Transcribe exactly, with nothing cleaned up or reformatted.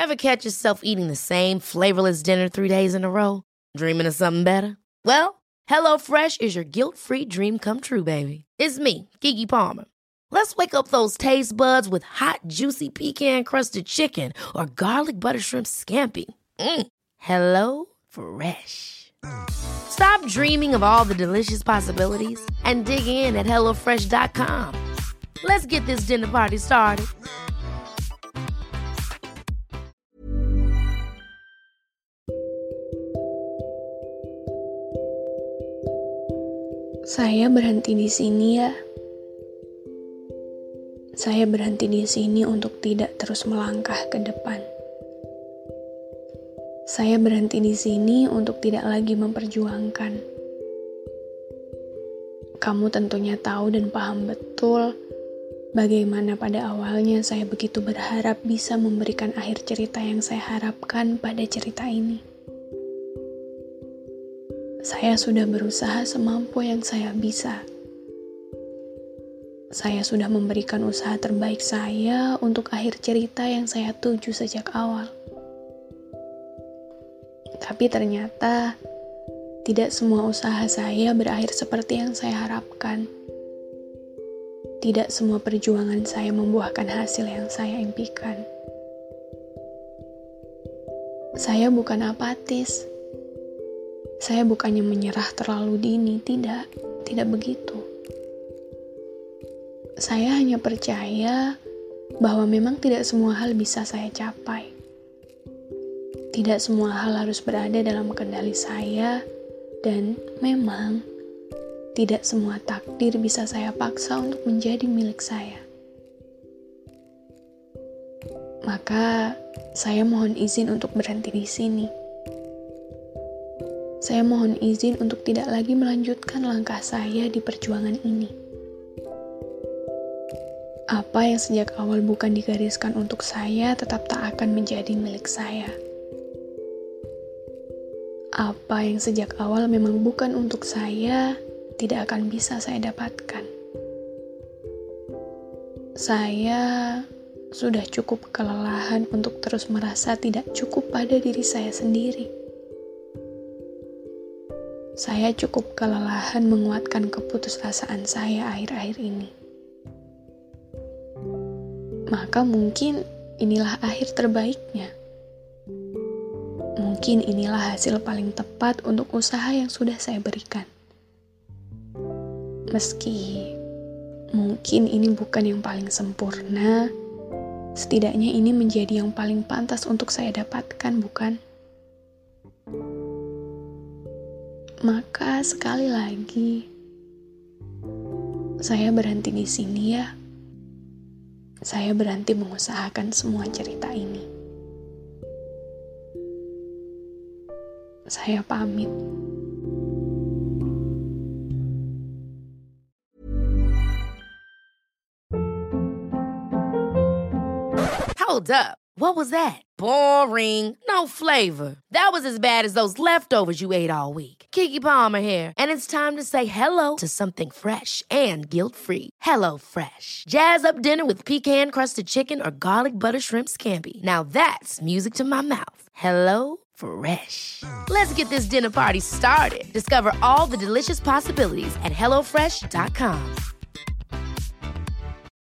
Ever catch yourself eating the same flavorless dinner three days in a row? Dreaming of something better? Well, HelloFresh is your guilt-free dream come true, baby. It's me, Keke Palmer. Let's wake up those taste buds with hot, juicy pecan-crusted chicken or garlic butter shrimp scampi. Mm. Hello Fresh. Stop dreaming of all the delicious possibilities and dig in at hello fresh dot com. Let's get this dinner party started. Saya berhenti di sini ya. Saya berhenti di sini untuk tidak terus melangkah ke depan. Saya berhenti di sini untuk tidak lagi memperjuangkan. Kamu tentunya tahu dan paham betul bagaimana pada awalnya saya begitu berharap bisa memberikan akhir cerita yang saya harapkan pada cerita ini. Saya sudah berusaha semampu yang saya bisa. Saya sudah memberikan usaha terbaik saya untuk akhir cerita yang saya tuju sejak awal. Tapi ternyata tidak semua usaha saya berakhir seperti yang saya harapkan. Tidak semua perjuangan saya membuahkan hasil yang saya impikan. Saya bukan apatis. Saya bukannya menyerah terlalu dini, tidak, tidak begitu. Saya hanya percaya bahwa memang tidak semua hal bisa saya capai. Tidak semua hal harus berada dalam kendali saya, dan memang tidak semua takdir bisa saya paksa untuk menjadi milik saya. Maka, saya mohon izin untuk berhenti di sini. Saya mohon izin untuk tidak lagi melanjutkan langkah saya di perjuangan ini. Apa yang sejak awal bukan digariskan untuk saya tetap tak akan menjadi milik saya. Apa yang sejak awal memang bukan untuk saya tidak akan bisa saya dapatkan. Saya sudah cukup kelelahan untuk terus merasa tidak cukup pada diri saya sendiri. Saya cukup kelelahan menguatkan keputusasaan saya akhir-akhir ini. Maka mungkin inilah akhir terbaiknya. Mungkin inilah hasil paling tepat untuk usaha yang sudah saya berikan. Meski mungkin ini bukan yang paling sempurna, setidaknya ini menjadi yang paling pantas untuk saya dapatkan, bukan? Maka sekali lagi, saya berhenti di sini ya. Saya berhenti mengusahakan semua cerita ini. Saya pamit. Hold up. What was that? Boring. No flavor. That was as bad as those leftovers you ate all week. Keke Palmer here, and it's time to say hello to something fresh and guilt-free. Hello Fresh. Jazz up dinner with pecan-crusted chicken or garlic butter shrimp scampi. Now that's music to my mouth. Hello Fresh. Let's get this dinner party started. Discover all the delicious possibilities at hello fresh dot com.